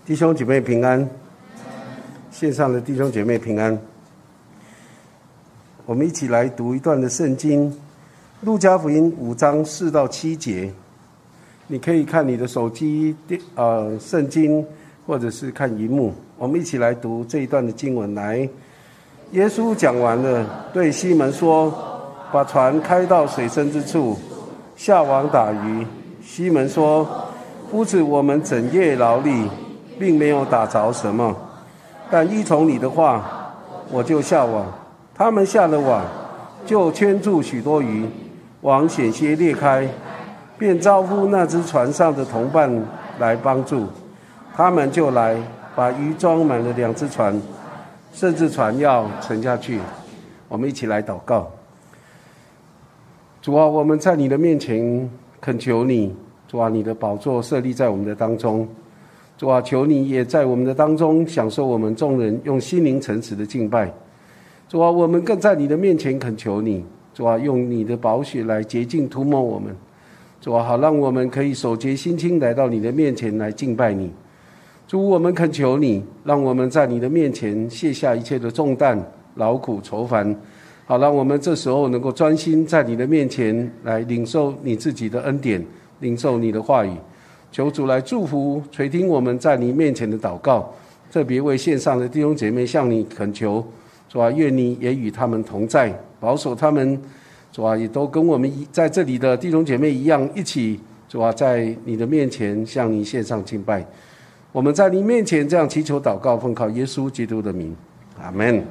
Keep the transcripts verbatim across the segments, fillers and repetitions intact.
弟兄姐妹平安，线上的弟兄姐妹平安。我们一起来读一段的圣经，路加福音五章四到七节。你可以看你的手机呃圣经，或者是看荧幕。我们一起来读这一段的经文。来，耶稣讲完了，对西门说：“把船开到水深之处，下网打鱼。”西门说：“夫子，我们整夜劳力，并没有打着什么，但依从你的话，我就下网。”他们下了网，就圈住许多鱼，网险些裂开，便招呼那只船上的同伴来帮助。他们就来，把鱼装满了两只船，甚至船要沉下去。我们一起来祷告。主啊，我们在你的面前恳求你，主啊，你的宝座设立在我们的当中。主啊，求你也在我们的当中享受我们众人用心灵诚实的敬拜。主啊，我们更在你的面前恳求你，主啊，用你的宝血来洁净涂抹我们。主啊，好让我们可以手洁心清来到你的面前来敬拜你。主，我们恳求你，让我们在你的面前卸下一切的重担、劳苦愁烦，好让我们这时候能够专心在你的面前来领受你自己的恩典，领受你的话语。求主来祝福垂听我们在你面前的祷告，特别为线上的弟兄姐妹向你恳求。主啊，愿你也与他们同在，保守他们。主啊，也都跟我们在这里的弟兄姐妹一样，一起主啊，在你的面前向你献上敬拜。我们在你面前这样祈求祷告，奉靠耶稣基督的名，阿们。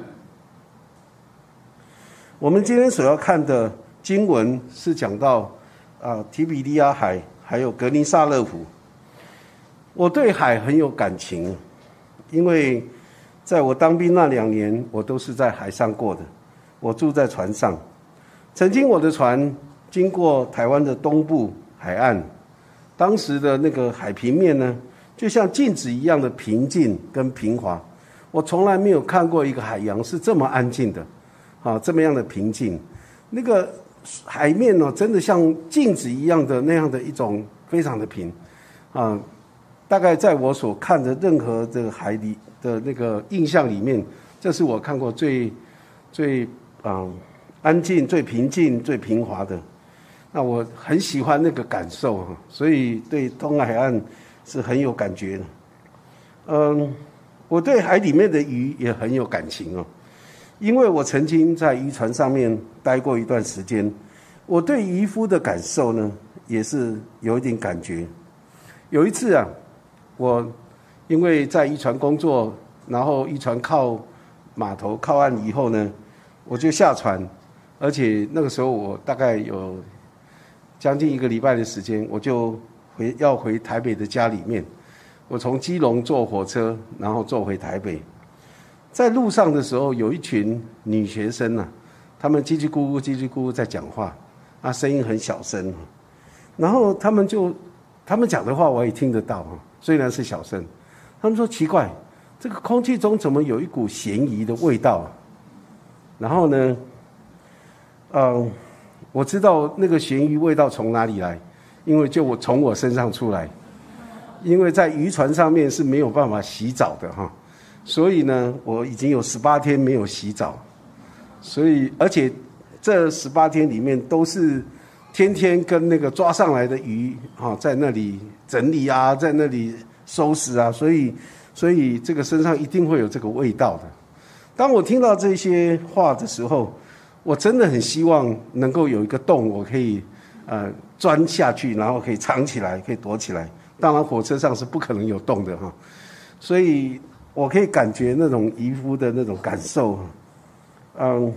我们今天所要看的经文是讲到啊提比利亚海还有格尼撒勒湖。我对海很有感情，因为在我当兵那两年，我都是在海上过的。我住在船上，曾经我的船经过台湾的东部海岸，当时的那个海平面呢，就像镜子一样的平静跟平滑。我从来没有看过一个海洋是这么安静的，啊，这么样的平静。那个海面呢，真的像镜子一样的那样的一种非常的平，啊，大概在我所看的任何这个海里的那个印象里面，这是我看过最最嗯安静、最平静、最平滑的。那我很喜欢那个感受哈，所以对东海岸是很有感觉的。嗯，我对海里面的鱼也很有感情哦，因为我曾经在渔船上面待过一段时间，我对渔夫的感受呢，也是有一点感觉。有一次啊，我因为在渔船工作，然后渔船靠码头靠岸以后呢，我就下船，而且那个时候我大概有将近一个礼拜的时间，我就回要回台北的家里面。我从基隆坐火车，然后坐回台北。在路上的时候，有一群女学生啊，她们叽叽咕咕叽叽咕咕在讲话，啊，声音很小声，然后她们就她们讲的话我也听得到，虽然是小声。她们说奇怪，这个空气中怎么有一股咸鱼的味道啊？然后呢，嗯，我知道那个咸鱼味道从哪里来，因为就我从我身上出来，因为在渔船上面是没有办法洗澡的哈，所以呢，我已经有十八天没有洗澡，所以而且这十八天里面都是天天跟那个抓上来的鱼啊，在那里整理啊，在那里收拾啊，所以所以这个身上一定会有这个味道的。当我听到这些话的时候，我真的很希望能够有一个洞，我可以呃钻下去，然后可以藏起来，可以躲起来。当然火车上是不可能有洞的哈，所以我可以感觉那种渔夫的那种感受。嗯，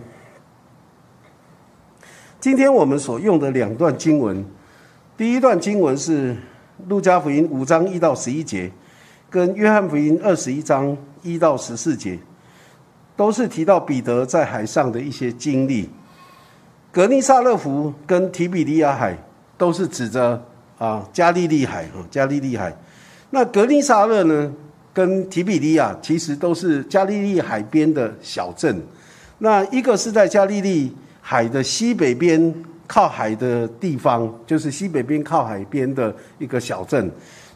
今天我们所用的两段经文，第一段经文是路加福音五章一到十一节，跟约翰福音二十一章一到十四节，都是提到彼得在海上的一些经历。格尼撒勒湖跟提比利亚海都是指着啊加利利海啊加利利海。那格尼撒勒呢跟提比利亚其实都是加利利海边的小镇。那一个是在加利利海的西北边靠海的地方，就是西北边靠海边的一个小镇。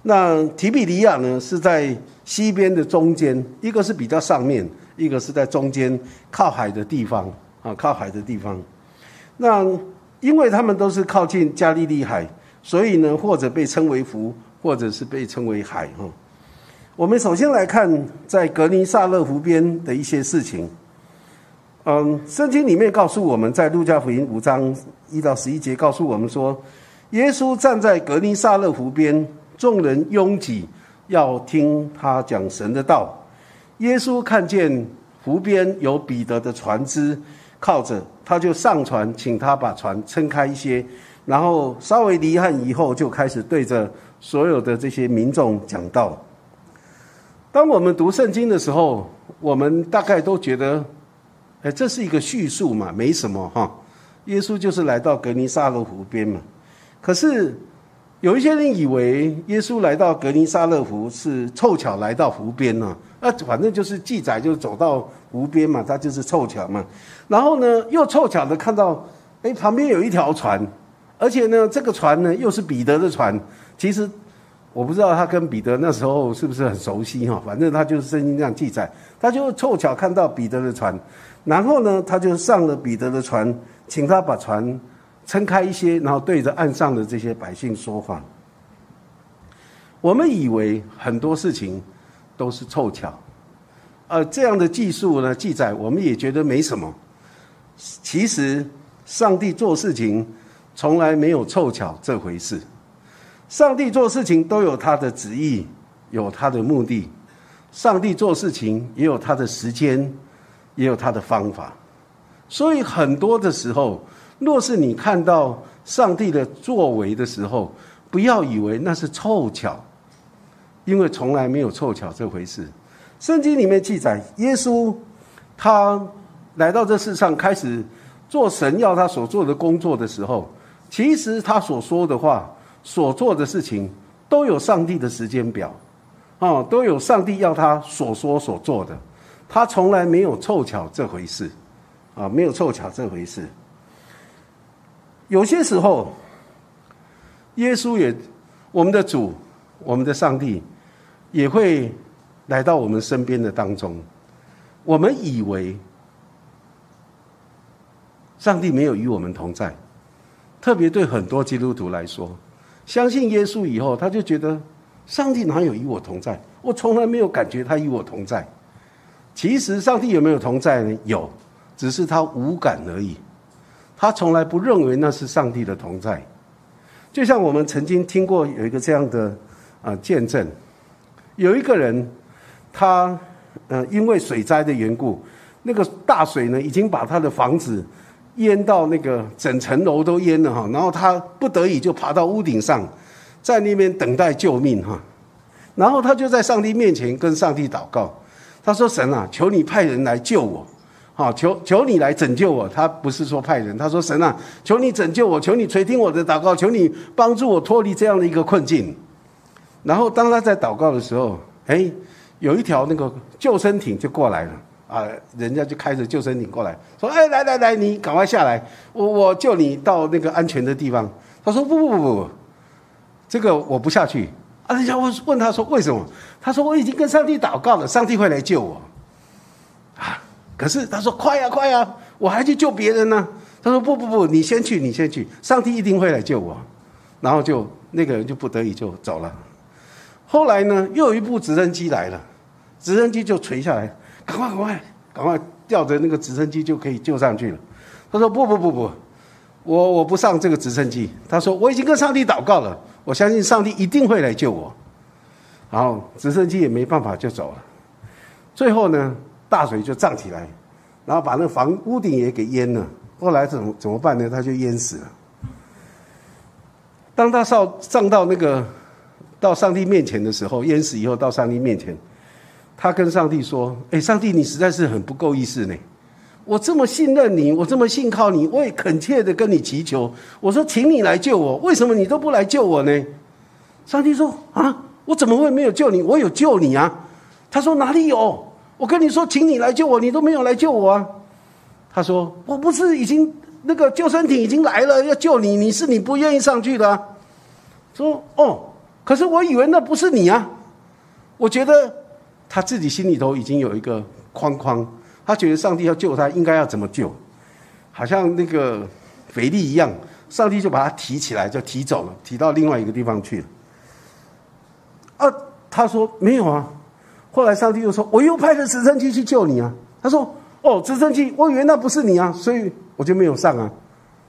那提比利亚呢是在西边的中间，一个是比较上面，一个是在中间靠海的地方啊，靠海的地方。那因为他们都是靠近加利利海，所以呢，或者被称为湖，或者是被称为海哈。我们首先来看在格尼撒勒湖边的一些事情。嗯，圣经里面告诉我们，在路加福音五章一到十一节告诉我们说，耶稣站在格尼撒勒湖边，众人拥挤要听他讲神的道。耶稣看见湖边有彼得的船只靠着，他就上船，请他把船撑开一些，然后稍微离岸以后，就开始对着所有的这些民众讲道。当我们读圣经的时候，我们大概都觉得哎，这是一个叙述嘛，没什么哈。耶稣就是来到格尼撒勒湖边嘛。可是有一些人以为耶稣来到格尼撒勒湖是凑巧来到湖边呢、啊，那反正就是记载就走到湖边嘛，他就是凑巧嘛。然后呢，又凑巧的看到，哎，旁边有一条船，而且呢，这个船呢又是彼得的船。其实我不知道他跟彼得那时候是不是很熟悉哈，反正他就是圣经这样记载，他就凑巧看到彼得的船。然后呢，他就上了彼得的船，请他把船撑开一些，然后对着岸上的这些百姓说话。我们以为很多事情都是凑巧，呃，这样的技术呢记载，我们也觉得没什么。其实，上帝做事情从来没有凑巧这回事。上帝做事情都有他的旨意，有他的目的。上帝做事情也有他的时间，也有他的方法。所以很多的时候，若是你看到上帝的作为的时候，不要以为那是凑巧，因为从来没有凑巧这回事。圣经里面记载，耶稣他来到这世上，开始做神要他所做的工作的时候，其实他所说的话，所做的事情都有上帝的时间表，哦，都有上帝要他所说所做的，他从来没有凑巧这回事，啊，没有凑巧这回事。有些时候，耶稣也，我们的主，我们的上帝，也会来到我们身边的当中。我们以为上帝没有与我们同在，特别对很多基督徒来说，相信耶稣以后，他就觉得上帝哪有与我同在？我从来没有感觉他与我同在。其实上帝有没有同在呢？有，只是他无感而已。他从来不认为那是上帝的同在。就像我们曾经听过有一个这样的啊、呃、见证，有一个人，他呃因为水灾的缘故，那个大水呢已经把他的房子淹到那个整层楼都淹了哈，然后他不得已就爬到屋顶上，在那边等待救命哈。然后他就在上帝面前跟上帝祷告，他说：“神啊，求你派人来救我，好，求求你来拯救我。”他不是说派人，他说：“神啊，求你拯救我，求你垂听我的祷告，求你帮助我脱离这样的一个困境。”然后当他在祷告的时候，哎，有一条那个救生艇就过来了。啊，人家就开着救生艇过来，说：“哎，来来来，你赶快下来，我我救你到那个安全的地方。”他说：“不不不不，这个我不下去。”啊，人家问问他说：“为什么？”他说：“我已经跟上帝祷告了，上帝会来救我。”啊，可是他说：“快呀快呀，我还去救别人呢。”他说：“不不不，你先去，你先去，上帝一定会来救我。”然后就那个人就不得已就走了。后来呢，又有一部直升机来了，直升机就垂下来。赶快赶快赶快吊着那个直升机就可以救上去了。他说：“不不不不，我我不上这个直升机。”他说：“我已经跟上帝祷告了，我相信上帝一定会来救我。”然后直升机也没办法就走了。最后呢，大水就涨起来，然后把那个房屋顶也给淹了。后来怎么怎么办呢？他就淹死了。当他上上到那个到上帝面前的时候，淹死以后到上帝面前。他跟上帝说：“哎，上帝，你实在是很不够意思呢！我这么信任你，我这么信靠你，我也恳切的跟你祈求，我说，请你来救我，为什么你都不来救我呢？”上帝说：“啊，我怎么会没有救你？我有救你啊！”他说：“哪里有？我跟你说，请你来救我，你都没有来救我啊！”他说：“我不是已经那个救生艇已经来了要救你，你是你不愿意上去的啊。”说：“哦， 可是我以为那不是你啊。我觉得他自己心里头已经有一个框框，他觉得上帝要救他应该要怎么救，好像那个腓力一样，上帝就把他提起来，就提走了，提到另外一个地方去了。啊，他说没有啊。后来上帝又说，我又派了直升机去救你啊。他说，哦，直升机，我以为那不是你啊，所以我就没有上啊。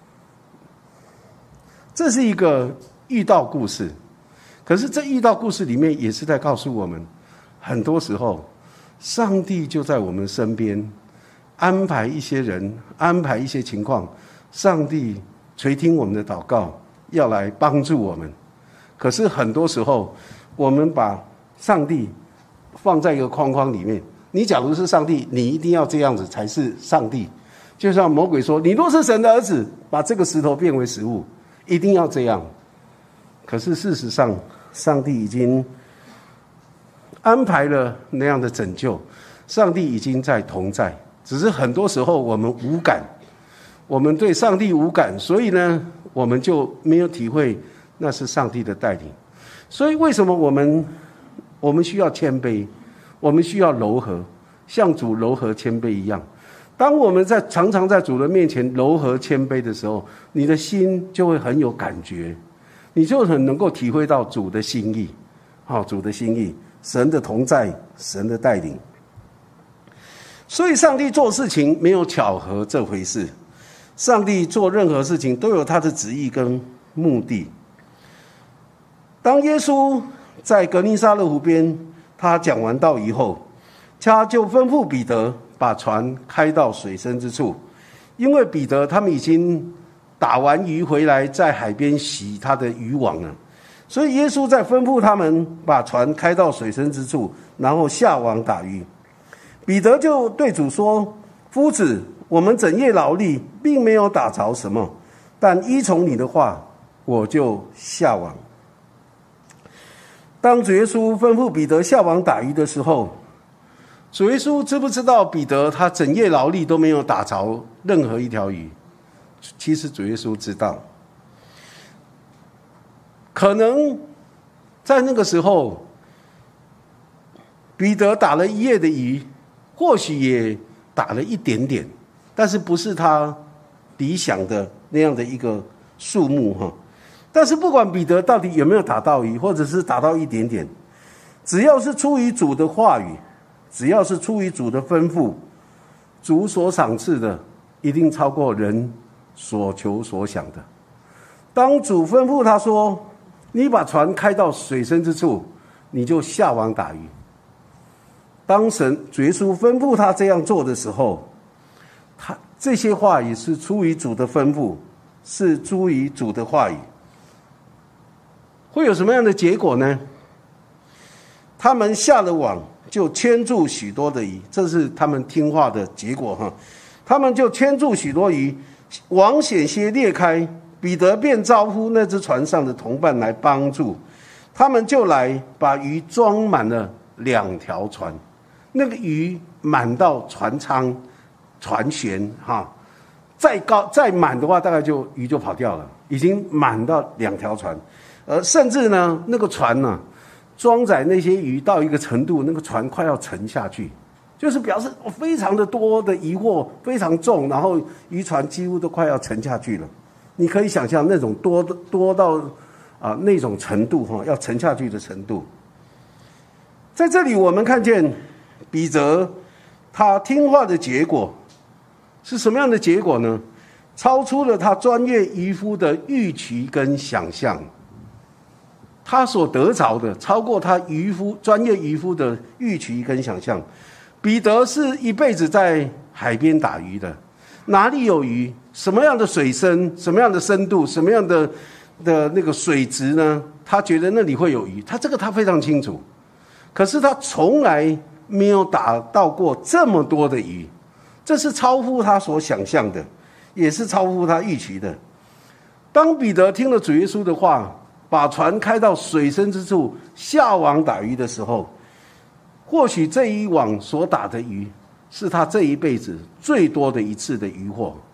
这是一个遇到故事，可是这遇到故事里面也是在告诉我们，很多时候上帝就在我们身边，安排一些人，安排一些情况，上帝垂听我们的祷告，要来帮助我们。可是很多时候我们把上帝放在一个框框里面，你假如是上帝，你一定要这样子才是上帝。就像魔鬼说，你若是神的儿子，把这个石头变为食物，一定要这样。可是事实上上帝已经安排了那样的拯救，上帝已经在同在，只是很多时候我们无感，我们对上帝无感，所以呢我们就没有体会那是上帝的带领。所以为什么我们我们需要谦卑，我们需要柔和，像主柔和谦卑一样。当我们在常常在主的面前柔和谦卑的时候，你的心就会很有感觉，你就很能够体会到主的心意，好，主的心意，神的同在，神的带领。所以上帝做事情没有巧合这回事，上帝做任何事情都有他的旨意跟目的。当耶稣在格尼撒勒湖边，他讲完道以后，他就吩咐彼得把船开到水深之处，因为彼得他们已经打完鱼回来，在海边洗他的渔网了，所以耶稣在吩咐他们把船开到水深之处，然后下网打鱼。彼得就对主说，夫子，我们整夜劳力，并没有打着什么，但依从你的话，我就下网。当主耶稣吩咐彼得下网打鱼的时候，主耶稣知不知道彼得他整夜劳力都没有打着任何一条鱼？其实主耶稣知道，可能在那个时候彼得打了一夜的鱼，或许也打了一点点，但是不是他理想的那样的一个数目哈。但是不管彼得到底有没有打到鱼，或者是打到一点点，只要是出于主的话语，只要是出于主的吩咐，主所赏赐的一定超过人所求所想的。当主吩咐他说，你把船开到水深之处，你就下网打鱼。当神主耶稣吩咐他这样做的时候，他这些话语是出于主的吩咐，是出于主的话语。会有什么样的结果呢？他们下了网，就牵住许多的鱼，这是他们听话的结果哈。他们就牵住许多鱼，网险些裂开，彼得便招呼那只船上的同伴来帮助，他们就来把鱼装满了两条船，那个鱼满到船舱、船舷哈，再高再满的话，大概就鱼就跑掉了，已经满到两条船。而甚至呢，那个船呢、啊，装载那些鱼到一个程度，那个船快要沉下去，就是表示非常的多的渔获，非常重，然后渔船几乎都快要沉下去了。你可以想象那种多多到啊那种程度哈，要沉下去的程度。在这里我们看见彼得他听话的结果是什么样的结果呢？超出了他专业渔夫的预期跟想象。他所得着的超过他渔夫专业渔夫的预期跟想象。彼得是一辈子在海边打鱼的，哪里有鱼，什么样的水深，什么样的深度，什么样的的那个水质呢？他觉得那里会有鱼，他这个他非常清楚。可是他从来没有打到过这么多的鱼，这是超乎他所想象的，也是超乎他预期的。当彼得听了主耶稣的话，把船开到水深之处下网打鱼的时候，或许这一网所打的鱼是他这一辈子最多的一次的渔获。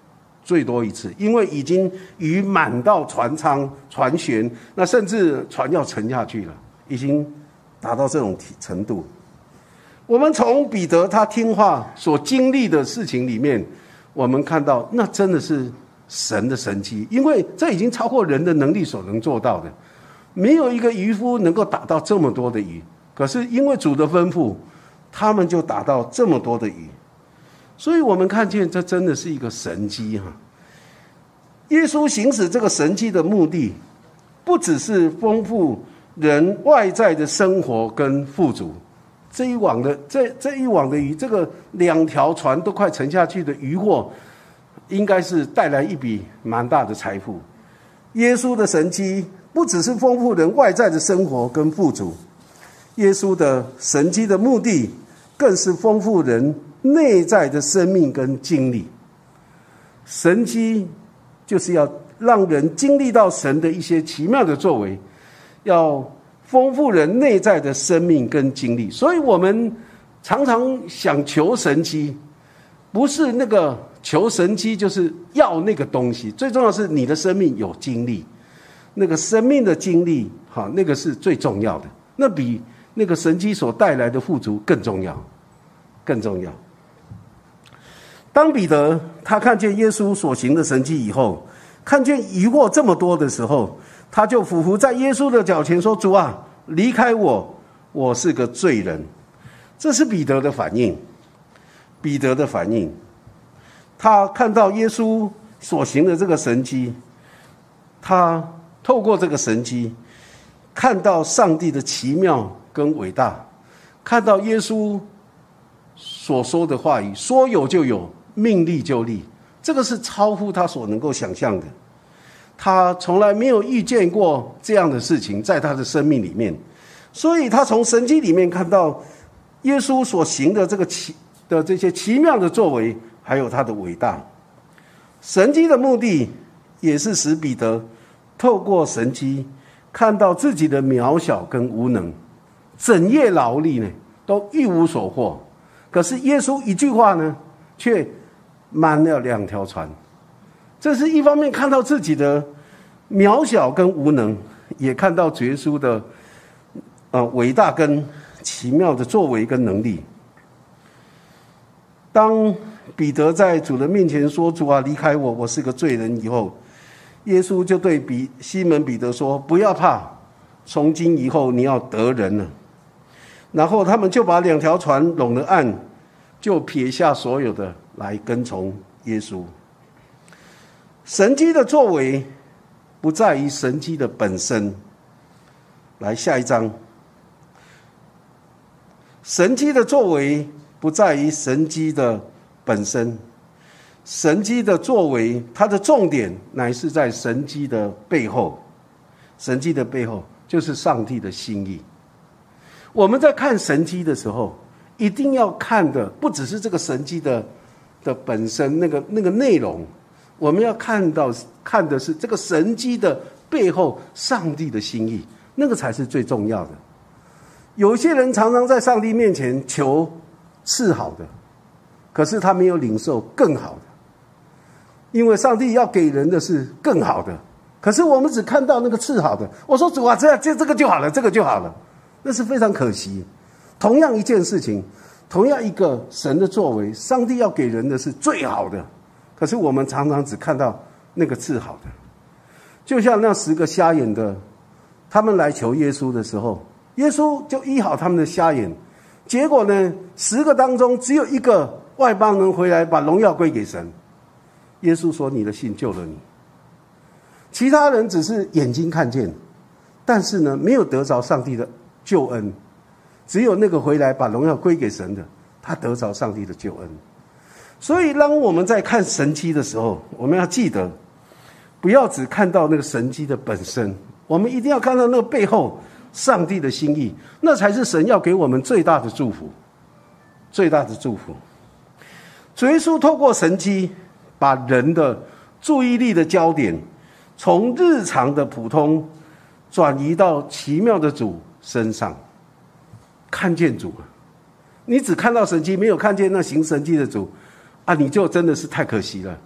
最多一次，因为已经鱼满到船舱、船舷，那甚至船要沉下去了，已经达到这种程度。我们从彼得他听话所经历的事情里面，我们看到那真的是神的神迹，因为这已经超过人的能力所能做到的。没有一个渔夫能够打到这么多的鱼，可是因为主的吩咐，他们就打到这么多的鱼。所以我们看见这真的是一个神迹哈。耶稣行使这个神迹的目的，不只是丰富人外在的生活跟富足。这一网的这这一网的鱼，这个两条船都快沉下去的渔获，应该是带来一笔蛮大的财富。耶稣的神迹不只是丰富人外在的生活跟富足，耶稣的神迹的目的更是丰富人内在的生命跟经历。神迹就是要让人经历到神的一些奇妙的作为，要丰富人内在的生命跟经历。所以我们常常想求神迹，不是那个求神迹就是要那个东西，最重要的是你的生命有经历，那个生命的经历，好，那个是最重要的，那比那个神迹所带来的富足更重要，更重要。当彼得他看见耶稣所行的神迹以后，看见疑惑这么多的时候，他就俯伏在耶稣的脚前说：“主啊，离开我，我是个罪人。”这是彼得的反应。彼得的反应，他看到耶稣所行的这个神迹，他透过这个神迹看到上帝的奇妙跟伟大，看到耶稣所说的话语，说有就有，命立就立，这个是超乎他所能够想象的。他从来没有遇见过这样的事情在他的生命里面，所以他从神迹里面看到耶稣所行的这个奇的这些奇妙的作为，还有他的伟大。神迹的目的也是使彼得透过神迹看到自己的渺小跟无能，整夜劳力呢都一无所获，可是耶稣一句话呢却满了两条船。这是一方面看到自己的渺小跟无能，也看到耶稣的呃伟大跟奇妙的作为跟能力。当彼得在主的面前说：“主啊，离开我，我是个罪人。”以后，耶稣就对彼西门彼得说：“不要怕，从今以后你要得人了。”然后他们就把两条船拢了岸，就撇下所有的来跟从耶稣。神迹的作为不在于神迹的本身。来，下一章。神迹的作为不在于神迹的本身，神迹的作为，它的重点乃是在神迹的背后。神迹的背后就是上帝的心意。我们在看神迹的时候，一定要看的不只是这个神迹的的本身那个那个内容，我们要看到看的是这个神迹的背后上帝的心意，那个才是最重要的。有些人常常在上帝面前求次好的，可是他没有领受更好的，因为上帝要给人的是更好的，可是我们只看到那个次好的。我说主啊，这样这这个就好了，这个就好了，那是非常可惜。同样一件事情，同样一个神的作为，上帝要给人的是最好的，可是我们常常只看到那个次好的。就像那十个瞎眼的，他们来求耶稣的时候，耶稣就医好他们的瞎眼，结果呢，十个当中只有一个外邦人回来把荣耀归给神。耶稣说：“你的信救了你。”其他人只是眼睛看见，但是呢，没有得着上帝的救恩。只有那个回来把荣耀归给神的，他得着上帝的救恩。所以当我们在看神迹的时候，我们要记得，不要只看到那个神迹的本身，我们一定要看到那个背后上帝的心意，那才是神要给我们最大的祝福，最大的祝福。主耶稣透过神迹，把人的注意力的焦点从日常的普通转移到奇妙的主身上。看见主，你只看到神迹，没有看见那行神迹的主啊，你就真的是太可惜了。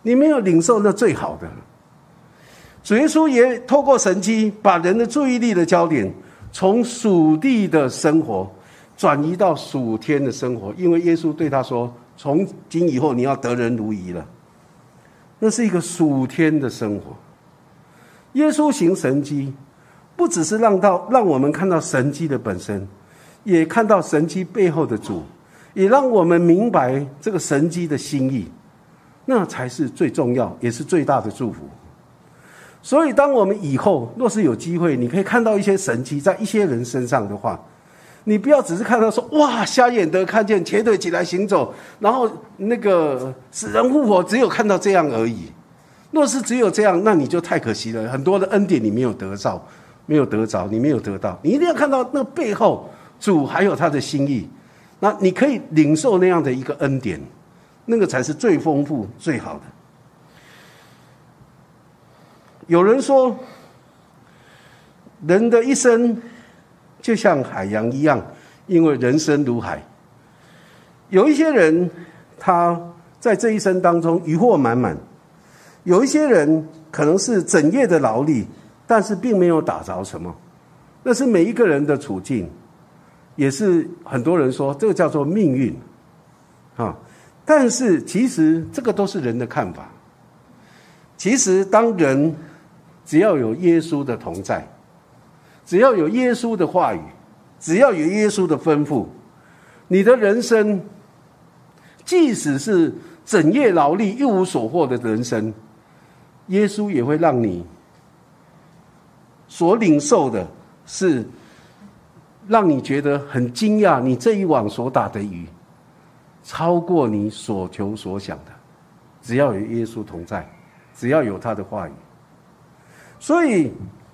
你没有领受那最好的。主耶稣也透过神迹，把人的注意力的焦点从属地的生活转移到属天的生活，因为耶稣对他说，从今以后你要得人如仪了。那是一个属天的生活。耶稣行神迹，不只是让到让我们看到神迹的本身，也看到神迹背后的主，也让我们明白这个神迹的心意，那才是最重要也是最大的祝福。所以当我们以后若是有机会，你可以看到一些神迹在一些人身上的话，你不要只是看到说，哇，瞎眼的看见，瘸腿起来行走，然后那个死人复活，只有看到这样而已。若是只有这样，那你就太可惜了，很多的恩典你没有得着，没有得着，你没有得到。你一定要看到那背后主还有他的心意，那你可以领受那样的一个恩典，那个才是最丰富最好的。有人说，人的一生就像海洋一样，因为人生如海。有一些人他在这一生当中渔获满满，有一些人可能是整夜的劳力，但是并没有打着什么。那是每一个人的处境，也是很多人说这个叫做命运啊。但是其实这个都是人的看法。其实当人只要有耶稣的同在，只要有耶稣的话语，只要有耶稣的吩咐，你的人生即使是整夜劳力一无所获的人生，耶稣也会让你所领受的是让你觉得很惊讶，你这一网所打的鱼超过你所求所想的。只要有耶稣同在，只要有他的话语。所以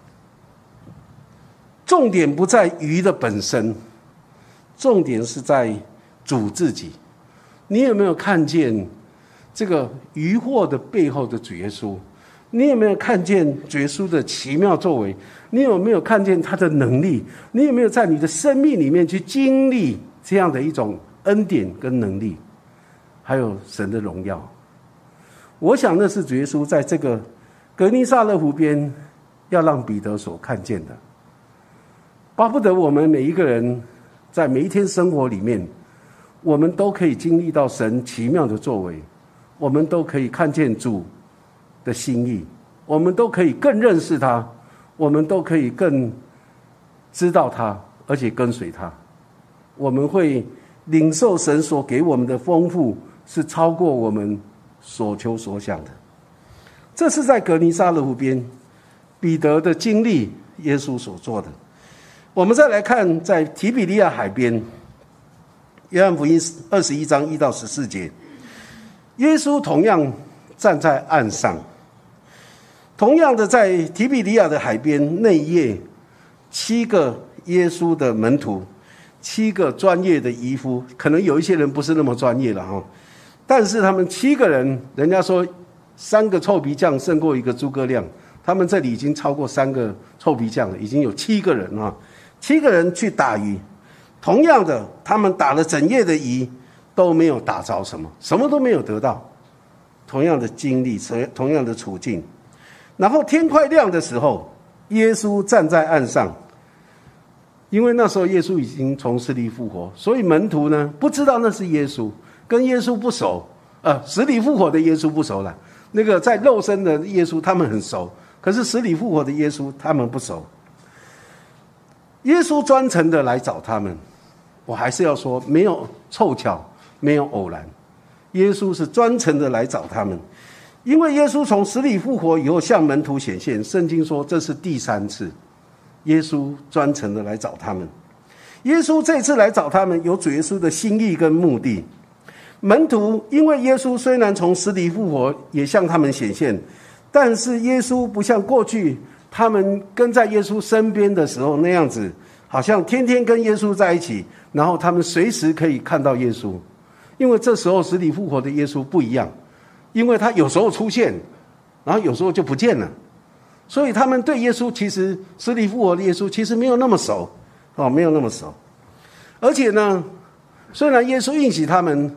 重点不在鱼的本身，重点是在主自己。你有没有看见这个渔获的背后的主耶稣？你有没有看见主耶稣的奇妙作为？你有没有看见他的能力？你有没有在你的生命里面去经历这样的一种恩典跟能力，还有神的荣耀？我想那是主耶稣在这个格尼撒勒湖边要让彼得所看见的。巴不得我们每一个人在每一天生活里面，我们都可以经历到神奇妙的作为，我们都可以看见主的心意，我们都可以更认识他，我们都可以更知道他，而且跟随他。我们会领受神所给我们的丰富，是超过我们所求所想的。这是在格尼撒勒湖边彼得的经历，耶稣所做的。我们再来看在提比利亚海边，约翰福音二十一章一到十四节，耶稣同样站在岸上。同样的，在提比利亚的海边那一夜，七个耶稣的门徒，七个专业的渔夫，可能有一些人不是那么专业了哈，但是他们七个人，人家说三个臭皮匠胜过一个诸葛亮，他们这里已经超过三个臭皮匠了，已经有七个人啊，七个人去打鱼。同样的，他们打了整夜的鱼，都没有打着什么，什么都没有得到。同样的经历，同样的处境。然后天快亮的时候，耶稣站在岸上，因为那时候耶稣已经从死里复活，所以门徒呢不知道那是耶稣，跟耶稣不熟，呃，死里复活的耶稣不熟了。那个在肉身的耶稣他们很熟，可是死里复活的耶稣他们不熟。耶稣专程的来找他们，我还是要说，没有凑巧，没有偶然，耶稣是专程的来找他们。因为耶稣从死里复活以后向门徒显现，圣经说这是第三次，耶稣专程的来找他们。耶稣这次来找他们，有主耶稣的心意跟目的。门徒因为耶稣虽然从死里复活，也向他们显现，但是耶稣不像过去他们跟在耶稣身边的时候那样子，好像天天跟耶稣在一起，然后他们随时可以看到耶稣。因为这时候死里复活的耶稣不一样，因为他有时候出现，然后有时候就不见了，所以他们对耶稣其实死里复活的耶稣其实没有那么熟，哦，没有那么熟。而且呢，虽然耶稣应许他们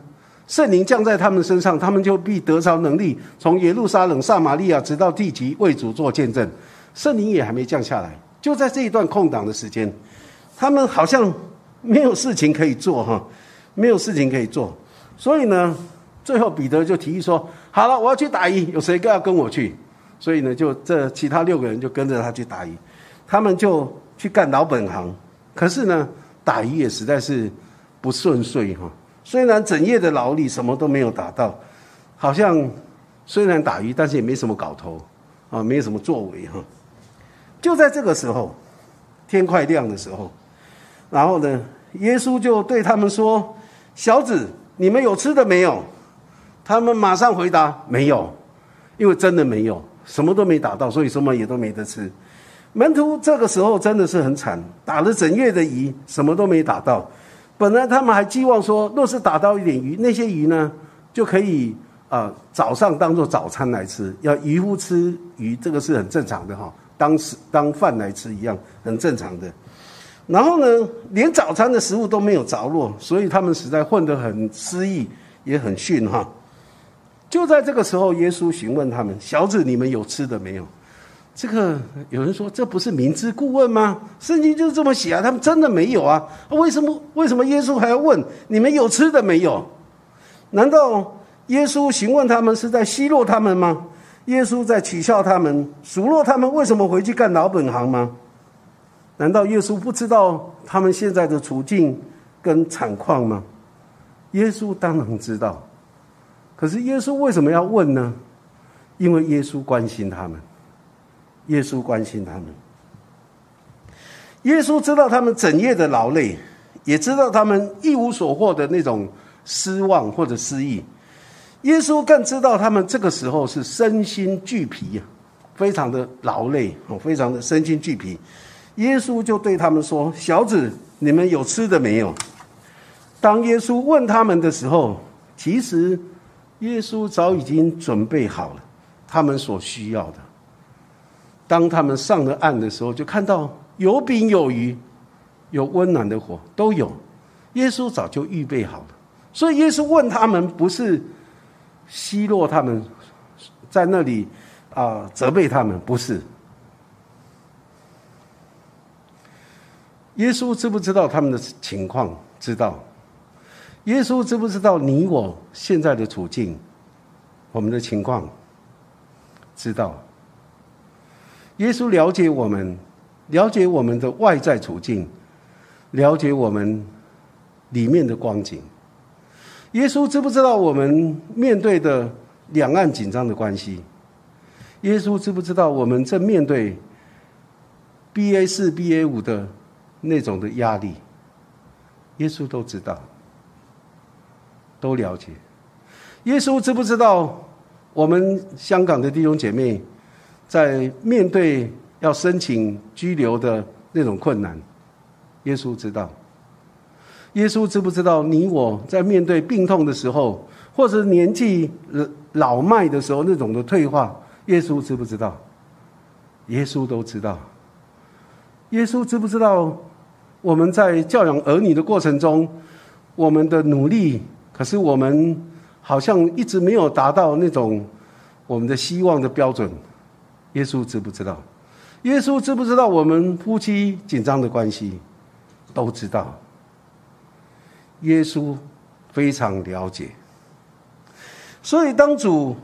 圣灵降在他们身上，他们就必得着能力，从耶路撒冷、撒玛利亚直到地极，为主做见证。圣灵也还没降下来，就在这一段空档的时间，他们好像没有事情可以做哈，没有事情可以做。所以呢，最后彼得就提议说：“好了，我要去打鱼，有谁要跟我去？”所以呢，就这其他六个人就跟着他去打鱼，他们就去干老本行。可是呢，打鱼也实在是不顺遂哈。虽然整夜的劳力什么都没有打到，好像虽然打鱼，但是也没什么搞头啊，没有什么作为哈。就在这个时候，天快亮的时候，然后呢，耶稣就对他们说：“小子，你们有吃的没有？”他们马上回答：“没有。”因为真的没有，什么都没打到，所以什么也都没得吃。门徒这个时候真的是很惨，打了整夜的鱼，什么都没打到。本来他们还寄望说，若是打到一点鱼，那些鱼呢就可以啊、呃、早上当做早餐来吃。要渔夫吃鱼，这个是很正常的哈，当当饭来吃一样，很正常的。然后呢，连早餐的食物都没有着落，所以他们实在混得很失意，也很逊哈。就在这个时候，耶稣询问他们：“小子，你们有吃的没有？”这个有人说，这不是明知故问吗？圣经就是这么写啊，他们真的没有啊，为什么为什么耶稣还要问你们有吃的没有？难道耶稣询问他们是在奚落他们吗？耶稣在取笑他们，数落他们为什么回去干老本行吗？难道耶稣不知道他们现在的处境跟惨况吗？耶稣当然知道，可是耶稣为什么要问呢？因为耶稣关心他们。耶稣关心他们，耶稣知道他们整夜的劳累，也知道他们一无所获的那种失望或者失意。耶稣更知道他们这个时候是身心俱疲，非常的劳累，非常的身心俱疲。耶稣就对他们说：“小子，你们有吃的没有？”当耶稣问他们的时候，其实耶稣早已经准备好了他们所需要的。当他们上了岸的时候，就看到有饼有鱼，有温暖的火，都有。耶稣早就预备好了，所以耶稣问他们，不是奚落他们，在那里啊、呃、责备他们，不是。耶稣知不知道他们的情况？知道。耶稣知不知道你我现在的处境，我们的情况？知道。耶稣了解我们，了解我们的外在处境，了解我们里面的光景。耶稣知不知道我们面对的两岸紧张的关系？耶稣知不知道我们正面对 B A 四 B A 五 的那种的压力？耶稣都知道，都了解。耶稣知不知道我们香港的弟兄姐妹在面对要申请居留的那种困难？耶稣知道。耶稣知不知道你我在面对病痛的时候，或者年纪老迈的时候那种的退化？耶稣知不知道？耶稣都知道。耶稣知不知道我们在教养儿女的过程中，我们的努力，可是我们好像一直没有达到那种我们的希望的标准？耶稣知不知道？耶稣知不知道我们夫妻紧张的关系？都知道。耶稣非常了解。所以当主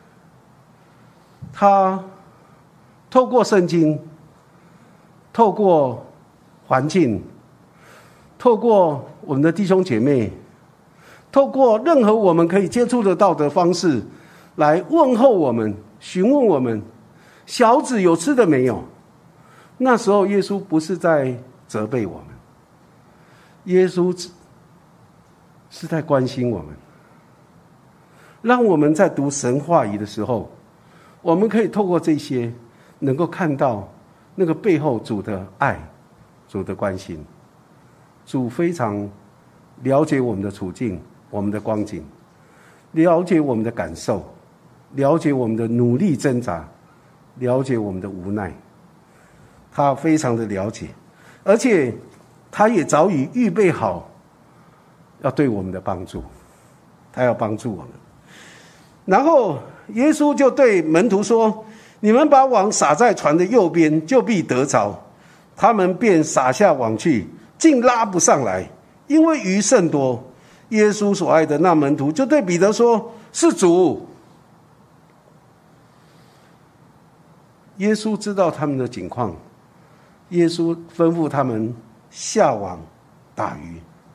他透过圣经，透过环境，透过我们的弟兄姐妹，透过任何我们可以接触得到的方式来问候我们，询问我们，小子有吃的没有？那时候耶稣不是在责备我们，耶稣是在关心我们，让我们在读神话语的时候，我们可以透过这些能够看到那个背后主的爱，主的关心。主非常了解我们的处境，我们的光景，了解我们的感受，了解我们的努力挣扎，了解我们的无奈。他非常的了解，而且他也早已预备好要对我们的帮助。 他要帮助我们。然后耶稣就对门徒说：你们把网撒在船的右边，就必得着。他们便撒下网去，竟拉不上来，因为鱼甚多。耶稣所爱的那门徒就对彼得说：是主。耶稣知道他们的境况，耶稣吩咐他们下网打鱼。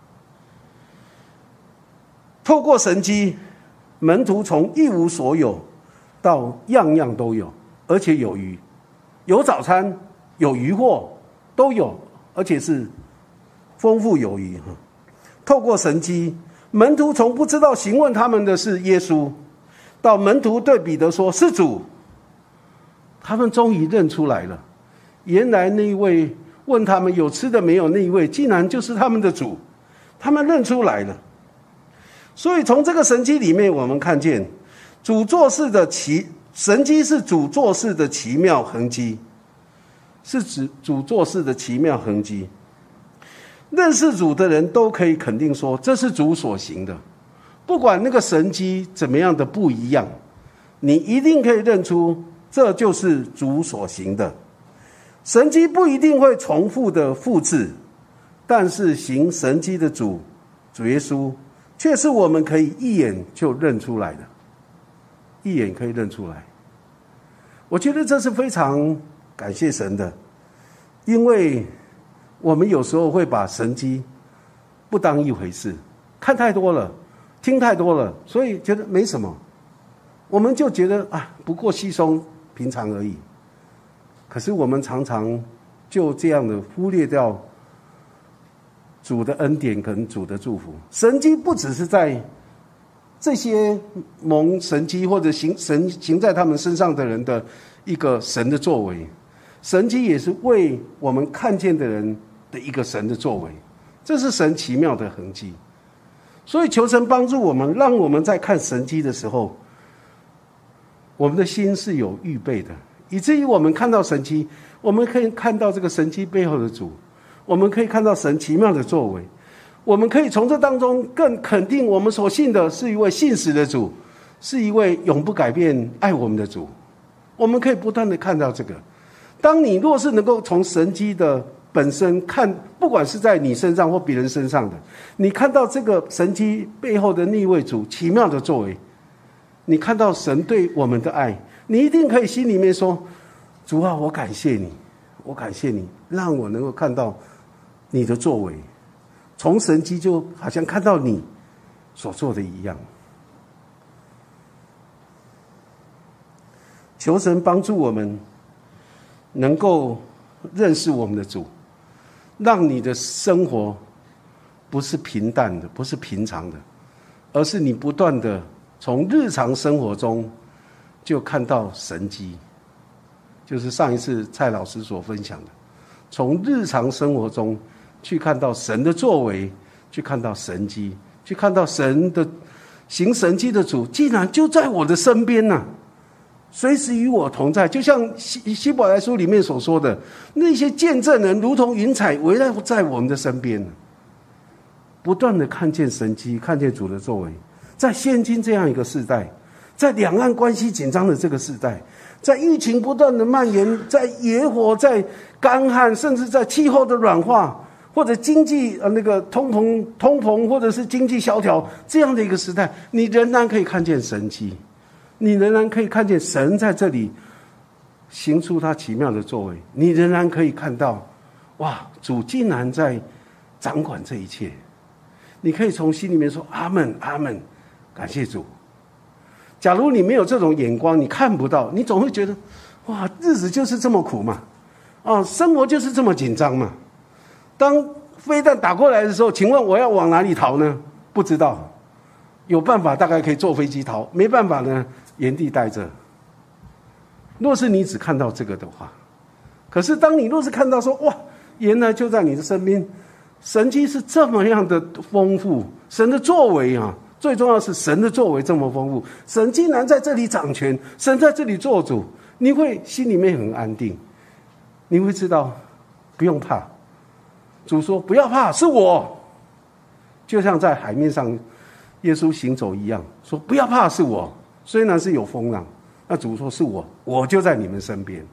透过神迹，门徒从一无所有到样样都有，而且有余，有早餐，有渔获，都有，而且是丰富有余。透过神迹，门徒从不知道询问他们的是耶稣，到门徒对彼得说：是主。他们终于认出来了，原来那一位问他们有吃的没有那一位，竟然就是他们的主。他们认出来了。所以从这个神迹里面，我们看见主做事的奇神迹是主做事的奇妙痕迹，是指主做事的奇妙痕迹。认识主的人都可以肯定说，这是主所行的。不管那个神迹怎么样的不一样，你一定可以认出这就是主所行的。神迹不一定会重复的复制，但是行神迹的主主耶稣却是我们可以一眼就认出来的，一眼可以认出来。我觉得这是非常感谢神的，因为我们有时候会把神迹不当一回事，看太多了，听太多了，所以觉得没什么，我们就觉得啊，不过稀松平常而已。可是我们常常就这样的忽略掉主的恩典跟主的祝福。神迹不只是在这些蒙神迹或者行神行在他们身上的人的一个神的作为，神迹也是为我们看见的人的一个神的作为，这是神奇妙的痕迹。所以求神帮助我们，让我们在看神迹的时候，我们的心是有预备的，以至于我们看到神迹，我们可以看到这个神迹背后的主，我们可以看到神奇妙的作为，我们可以从这当中更肯定我们所信的是一位信实的主，是一位永不改变爱我们的主。我们可以不断的看到这个。当你若是能够从神迹的本身看，不管是在你身上或别人身上的，你看到这个神迹背后的那一位主奇妙的作为，你看到神对我们的爱，你一定可以心里面说：主啊，我感谢你，我感谢你，让我能够看到你的作为。从神迹就好像看到你所做的一样。求神帮助我们能够认识我们的主，让你的生活不是平淡的，不是平常的，而是你不断的从日常生活中就看到神迹。就是上一次蔡老师所分享的，从日常生活中去看到神的作为，去看到神迹，去看到神的行神迹的主竟然就在我的身边呢、啊，随时与我同在。就像希希伯来书里面所说的，那些见证人如同云彩围绕在我们的身边，不断的看见神迹，看见主的作为。在现今这样一个时代，在两岸关系紧张的这个时代，在疫情不断的蔓延，在野火，在干旱，甚至在气候的软化，或者经济呃那个通膨通膨，或者是经济萧条这样的一个时代，你仍然可以看见神迹，你仍然可以看见神在这里行出他奇妙的作为，你仍然可以看到，哇，主竟然在掌管这一切。你可以从心里面说阿们阿们，感谢主。假如你没有这种眼光，你看不到，你总会觉得哇，日子就是这么苦嘛，哦，生活就是这么紧张嘛。当飞弹打过来的时候，请问我要往哪里逃呢？不知道。有办法大概可以坐飞机逃，没办法呢，原地待着。若是你只看到这个的话，可是当你若是看到说哇，原来就在你的身边，神迹是这么样的丰富，神的作为啊，最重要是神的作为这么丰富，神竟然在这里掌权，神在这里做主，你会心里面很安定，你会知道不用怕。主说不要怕，是我。就像在海面上耶稣行走一样，说不要怕，是我。虽然是有风浪，那主说是我，我就在你们身边。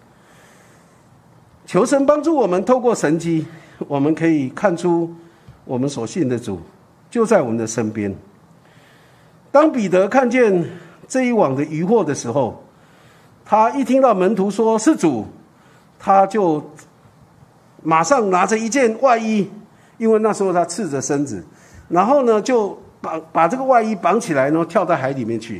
求神帮助我们，透过神迹，我们可以看出我们所信的主就在我们的身边。当彼得看见这一网的渔获的时候，他一听到门徒说是主，他就马上拿着一件外衣，因为那时候他赤着身子，然后呢就把把这个外衣绑起来，然后跳到海里面去。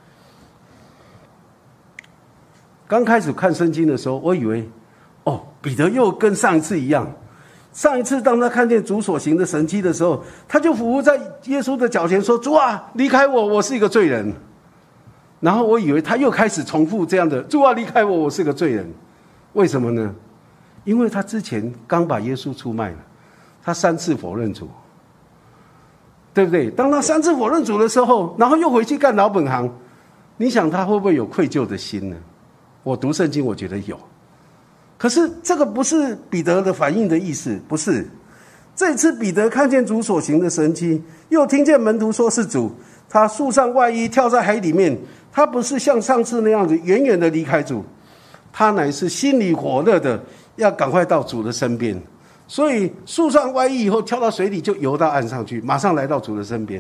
刚开始看圣经的时候，我以为哦，彼得又跟上一次一样。上一次当他看见主所行的神迹的时候，他就俯伏在耶稣的脚前说：“主啊，离开我，我是一个罪人。”然后我以为他又开始重复这样的：“主啊，离开我，我是个罪人。”为什么呢？因为他之前刚把耶稣出卖了，他三次否认主，对不对？当他三次否认主的时候，然后又回去干老本行，你想他会不会有愧疚的心呢？我读圣经，我觉得有。可是这个不是彼得的反应的意思，不是。这次彼得看见主所行的神迹，又听见门徒说是主，他束上外衣跳在海里面，他不是像上次那样子远远的离开主，他乃是心里火热的要赶快到主的身边，所以束上外衣以后跳到水里就游到岸上去，马上来到主的身边，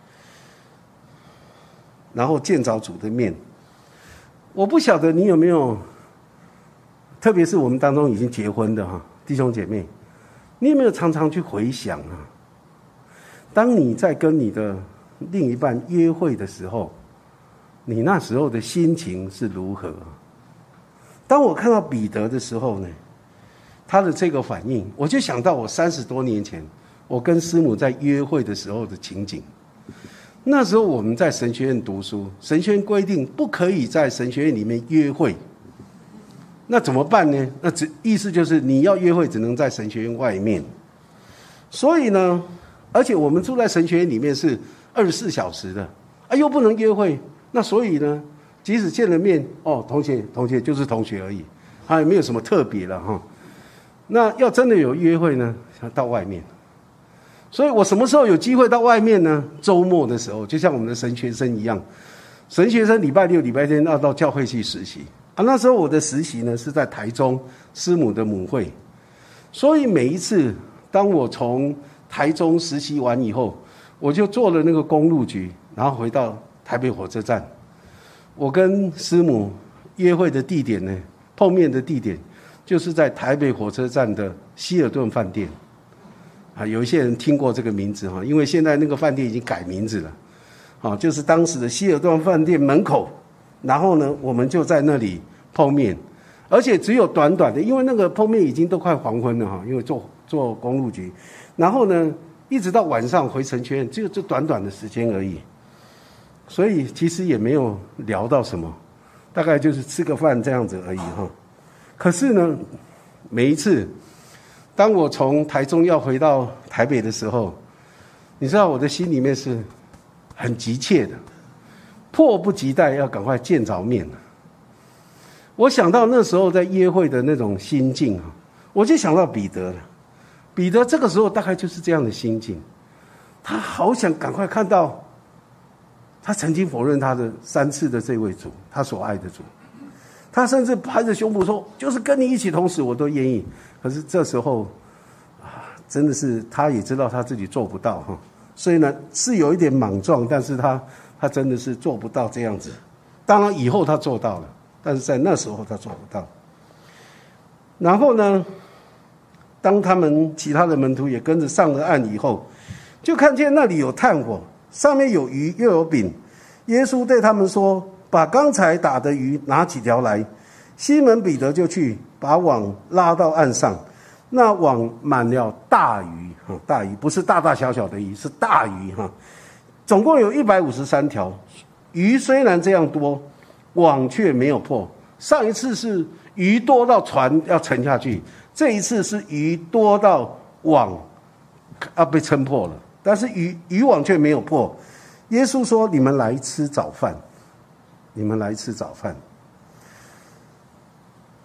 然后见着主的面。我不晓得你有没有，特别是我们当中已经结婚的哈弟兄姐妹，你有没有常常去回想啊？当你在跟你的另一半约会的时候，你那时候的心情是如何？当我看到彼得的时候呢，他的这个反应，我就想到我三十多年前我跟师母在约会的时候的情景。那时候我们在神学院读书，神学院规定不可以在神学院里面约会，那怎么办呢？那只意思就是你要约会只能在神学院外面。所以呢，而且我们住在神学院里面是二十四小时的，啊又不能约会，那所以呢，即使见了面，哦，同学同学就是同学而已，啊也没有什么特别了哈。那要真的有约会呢，要到外面。所以我什么时候有机会到外面呢？周末的时候，就像我们的神学生一样，神学生礼拜六、礼拜天要到教会去实习啊。那时候我的实习呢是在台中师母的母会，所以每一次当我从台中实习完以后，我就坐了那个公路局，然后回到台北火车站。我跟师母约会的地点呢，碰面的地点就是在台北火车站的希尔顿饭店。啊，有一些人听过这个名字哈，因为现在那个饭店已经改名字了，啊，就是当时的希尔顿饭店门口，然后呢，我们就在那里碰面，而且只有短短的，因为那个碰面已经都快黄昏了哈，因为坐坐公路局，然后呢，一直到晚上回神学院，只有这短短的时间而已，所以其实也没有聊到什么，大概就是吃个饭这样子而已哈。可是呢，每一次当我从台中要回到台北的时候，你知道我的心里面是很急切的，迫不及待要赶快见着面。我想到那时候在约会的那种心境啊，我就想到彼得了。彼得这个时候大概就是这样的心境，他好想赶快看到他曾经否认他的三次的这位主，他所爱的主。他甚至拍着胸脯说，就是跟你一起同死我都愿意。可是这时候啊，真的是他也知道他自己做不到哈，所以呢是有一点莽撞，但是他他真的是做不到这样子。当然以后他做到了，但是在那时候他做不到。然后呢，当他们其他的门徒也跟着上了岸以后，就看见那里有炭火，上面有鱼又有饼。耶稣对他们说，把刚才打的鱼拿几条来。西门彼得就去把网拉到岸上，那网满了大鱼，大鱼不是大大小小的鱼，是大鱼，总共有一百五十三条。鱼虽然这样多，网却没有破。上一次是鱼多到船要沉下去，这一次是鱼多到网要被撑破了，但是鱼渔网却没有破。耶稣说，你们来吃早饭，你们来吃早饭。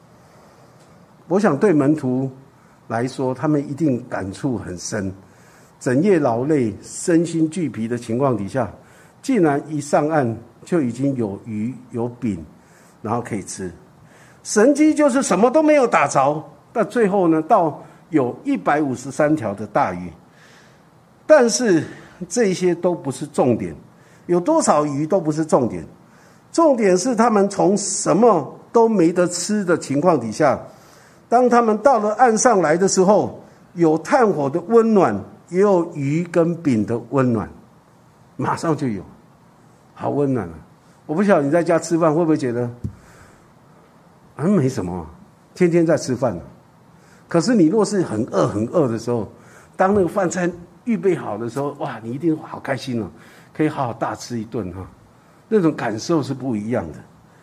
我想对门徒来说，他们一定感触很深。 整夜劳累、身心俱疲的情况底下，竟然一上岸就已经有鱼有饼，然后可以吃。神迹就是什么都没有打着，但最后呢，到有一百五十三条的大鱼。但是这些都不是重点，有多少鱼都不是重点，重点是他们从什么都没得吃的情况底下，当他们到了岸上来的时候，有炭火的温暖，也有鱼跟饼的温暖，马上就有，好温暖啊！我不晓得你在家吃饭会不会觉得啊没什么，天天在吃饭啊。可是你若是很饿很饿的时候，当那个饭菜预备好的时候，哇，你一定好开心哦，可以好好大吃一顿哈，那种感受是不一样的。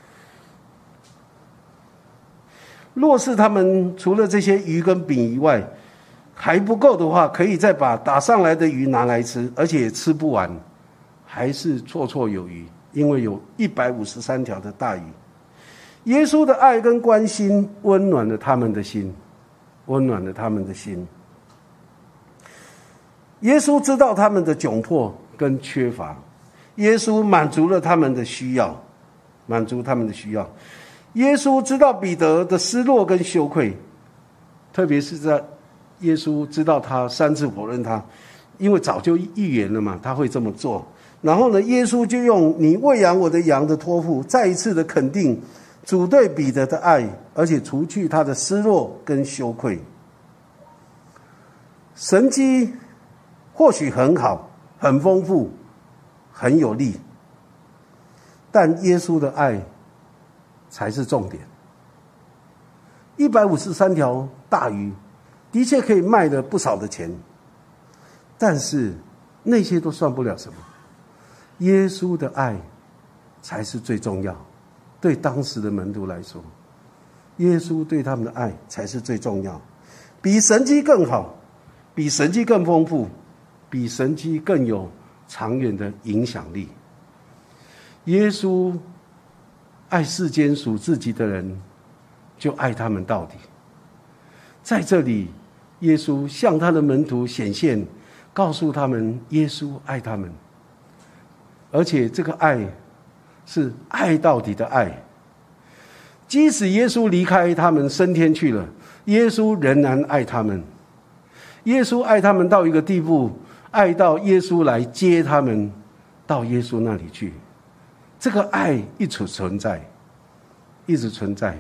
若是他们除了这些鱼跟饼以外还不够的话，可以再把打上来的鱼拿来吃，而且也吃不完，还是绰绰有余，因为有一百五十三条的大鱼。耶稣的爱跟关心温暖了他们的心，温暖了他们的心。耶稣知道他们的窘迫跟缺乏，耶稣满足了他们的需要，满足他们的需要。耶稣知道彼得的失落跟羞愧，特别是在耶稣知道他三次否认他，因为早就预言了嘛，他会这么做。然后呢，耶稣就用你喂养我的羊的托付，再一次的肯定主对彼得的爱，而且除去他的失落跟羞愧。神迹或许很好，很丰富，很有力，但耶稣的爱才是重点。一百五十三条大鱼的确可以卖了不少的钱，但是那些都算不了什么，耶稣的爱才是最重要。对当时的门徒来说，耶稣对他们的爱才是最重要，比神迹更好，比神迹更丰富，比神迹更有长远的影响力。耶稣爱世间属自己的人，就爱他们到底。在这里，耶稣向他的门徒显现，告诉他们耶稣爱他们，而且这个爱是爱到底的爱。即使耶稣离开他们升天去了，耶稣仍然爱他们。耶稣爱他们到一个地步，爱到耶稣来接他们到耶稣那里去。这个爱一直存在，一直存在。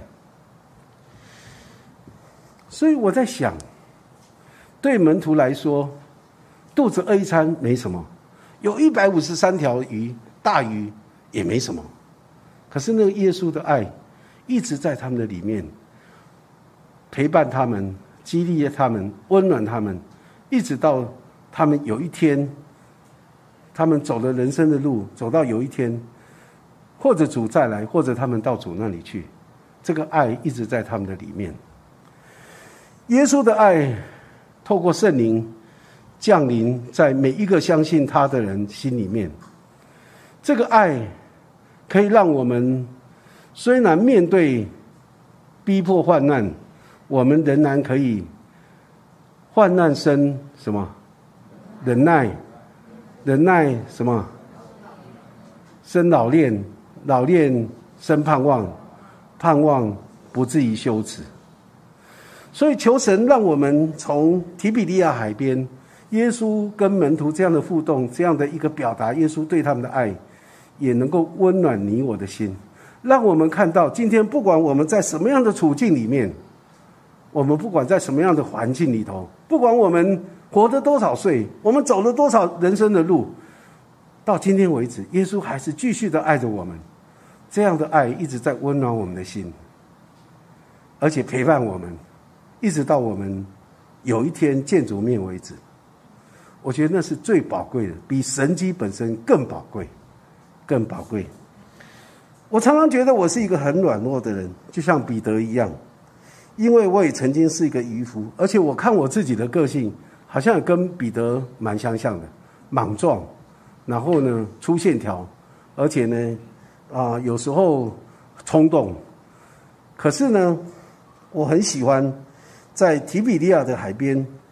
所以我在想，对门徒来说，肚子饿一餐没什么，有一百五十三条鱼大鱼也没什么。可是那个耶稣的爱一直在他们的里面，陪伴他们，激励他们，温暖他们，一直到他们有一天，他们走了人生的路，走到有一天，或者主再来，或者他们到主那里去，这个爱一直在他们的里面。耶稣的爱透过圣灵降临在每一个相信他的人心里面，这个爱可以让我们虽然面对逼迫患难，我们仍然可以患难生什么？忍耐，忍耐什么？生老练，老练生盼望，盼望不至于羞耻。所以求神让我们从提比利亚海边，耶稣跟门徒这样的互动，这样的一个表达耶稣对他们的爱，也能够温暖你我的心，让我们看到今天不管我们在什么样的处境里面，我们不管在什么样的环境里头，不管我们活得多少岁，我们走了多少人生的路，到今天为止，耶稣还是继续的爱着我们。这样的爱一直在温暖我们的心，而且陪伴我们，一直到我们有一天见主面为止。我觉得那是最宝贵的，比神迹本身更宝贵，更宝贵。我常常觉得我是一个很软弱的人，就像彼得一样，因为我也曾经是一个渔夫，而且我看我自己的个性好像也跟彼得蛮相像的，莽撞，然后呢粗线条，而且呢啊、呃、有时候冲动。可是呢，我很喜欢在提比利亚的海边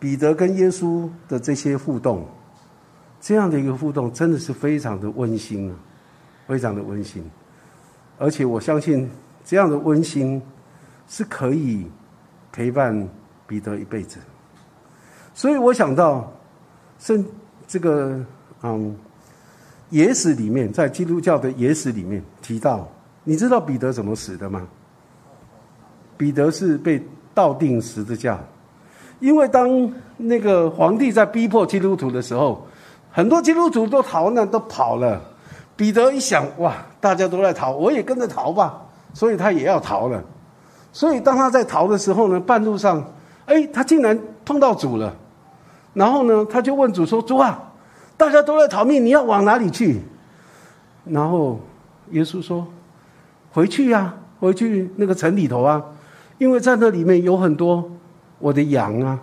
彼得跟耶稣的这些互动，这样的一个互动真的是非常的温馨啊，非常的温馨。而且我相信这样的温馨是可以陪伴彼得一辈子。所以我想到圣这个嗯野史里面，在基督教的野史里面提到，你知道彼得怎么死的吗？彼得是被倒钉十字架。因为当那个皇帝在逼迫基督徒的时候，很多基督徒都逃难，都跑了。彼得一想，哇，大家都在逃，我也跟着逃吧，所以他也要逃了。所以当他在逃的时候呢，半路上，哎，他竟然碰到主了。然后呢，他就问主说：“主啊，大家都在逃命，你要往哪里去？”然后耶稣说：“回去啊，回去那个城里头啊，因为在那里面有很多我的羊啊。”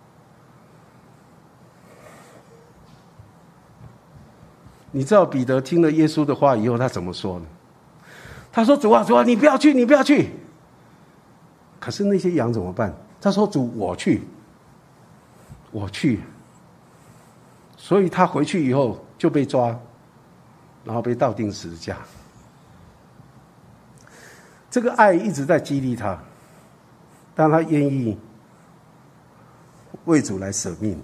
你知道彼得听了耶稣的话以后，他怎么说呢？他说：“主啊，主啊，你不要去，你不要去。”可是那些羊怎么办？他说：“主，我去，我去。”所以他回去以后就被抓，然后被倒钉十字架。这个爱一直在激励他，当他愿意为主来舍命。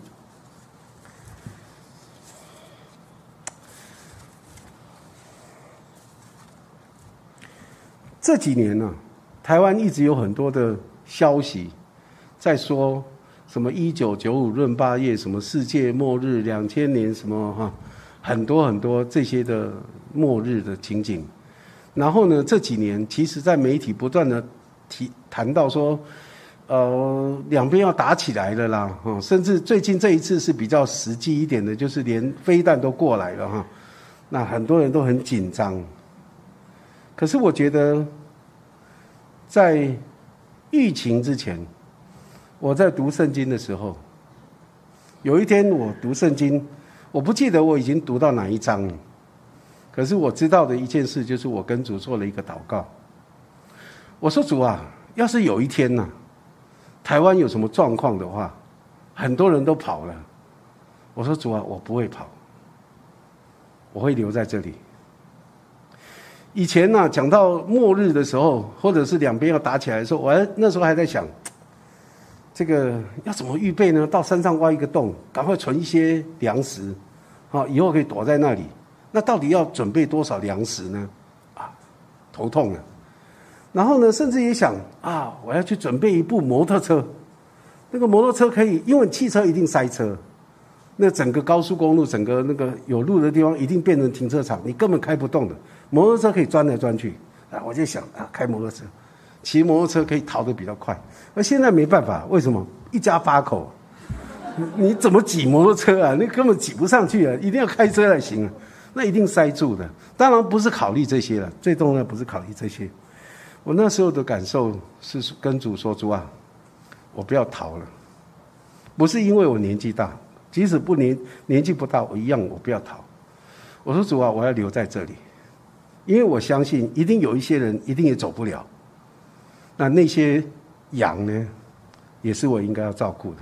这几年呢、啊，台湾一直有很多的消息在说什么一九九五闰八月，什么世界末日，两千年什么哈，很多很多这些的末日的情景。然后呢，这几年其实在媒体不断的提谈到说，呃，两边要打起来了啦，哈，甚至最近这一次是比较实际一点的，就是连飞弹都过来了哈，那很多人都很紧张。可是我觉得，在疫情之前，我在读圣经的时候，有一天我读圣经，我不记得我已经读到哪一章了。可是我知道的一件事，就是我跟主做了一个祷告。我说：“主啊，要是有一天呢、啊，台湾有什么状况的话，很多人都跑了。我说：主啊，我不会跑，我会留在这里。”以前呢、啊，讲到末日的时候，或者是两边要打起来的时候，我还那时候还在想，这个要怎么预备呢？到山上挖一个洞，赶快存一些粮食，好，以后可以躲在那里。那到底要准备多少粮食呢？啊，头痛了。然后呢，甚至也想啊，我要去准备一部摩托车，那个摩托车可以，因为汽车一定塞车，那整个高速公路，整个那个有路的地方一定变成停车场，你根本开不动的。摩托车可以钻来钻去啊，我就想啊，开摩托车，骑摩托车可以逃得比较快。而现在没办法，为什么？一家八口，你怎么挤摩托车啊？那根本挤不上去啊，一定要开车才行啊，那一定塞住的。当然不是考虑这些了，最重要不是考虑这些。我那时候的感受是跟主说：“主啊，我不要逃了，不是因为我年纪大，即使不年年纪不大，我一样我不要逃。我说主啊，我要留在这里。”因为我相信一定有一些人一定也走不了，那那些羊呢，也是我应该要照顾的。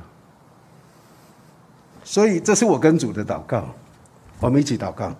所以这是我跟主的祷告，我们一起祷告。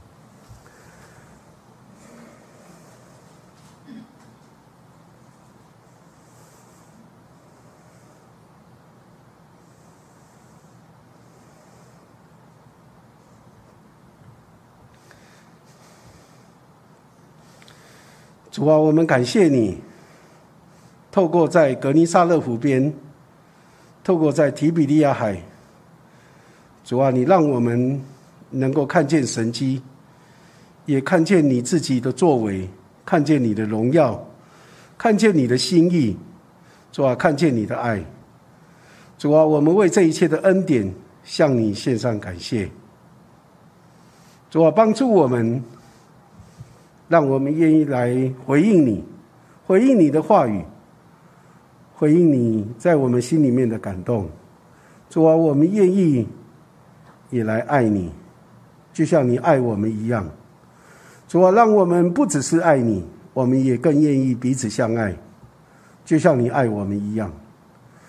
主啊，我们感谢你，透过在格尼萨勒湖边，透过在提比利亚海，主啊，你让我们能够看见神迹，也看见你自己的作为，看见你的荣耀，看见你的心意，主啊，看见你的爱。主啊，我们为这一切的恩典向你献上感谢。主啊，帮助我们，让我们愿意来回应你，回应你的话语，回应你在我们心里面的感动。主啊，我们愿意也来爱你，就像你爱我们一样。主啊，让我们不只是爱你，我们也更愿意彼此相爱，就像你爱我们一样。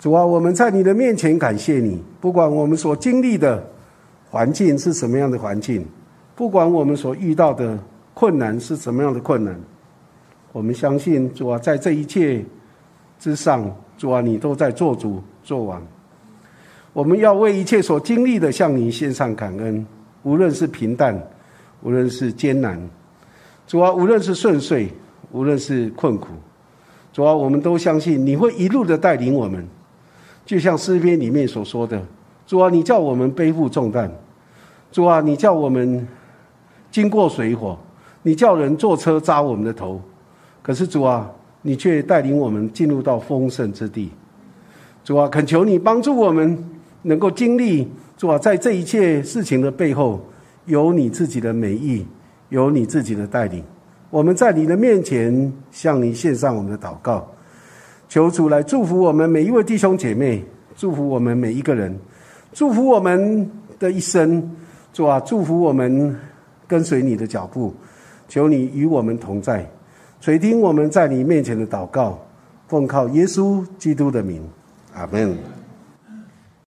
主啊，我们在你的面前感谢你，不管我们所经历的环境是什么样的环境，不管我们所遇到的困难是什么样的困难，我们相信主啊，在这一切之上，主啊，你都在做主做王。我们要为一切所经历的向你献上感恩，无论是平淡，无论是艰难，主啊，无论是顺遂，无论是困苦，主啊，我们都相信你会一路的带领我们，就像诗篇里面所说的，主啊，你叫我们背负重担，主啊，你叫我们经过水火，你叫人坐车扎我们的头，可是主啊，你却带领我们进入到丰盛之地。主啊，恳求你帮助我们能够经历，主啊，在这一切事情的背后有你自己的美意，有你自己的带领。我们在你的面前向你献上我们的祷告，求主来祝福我们每一位弟兄姐妹，祝福我们每一个人，祝福我们的一生。主啊，祝福我们跟随你的脚步，求你与我们同在，垂听我们在你面前的祷告，奉靠耶稣基督的名，阿们。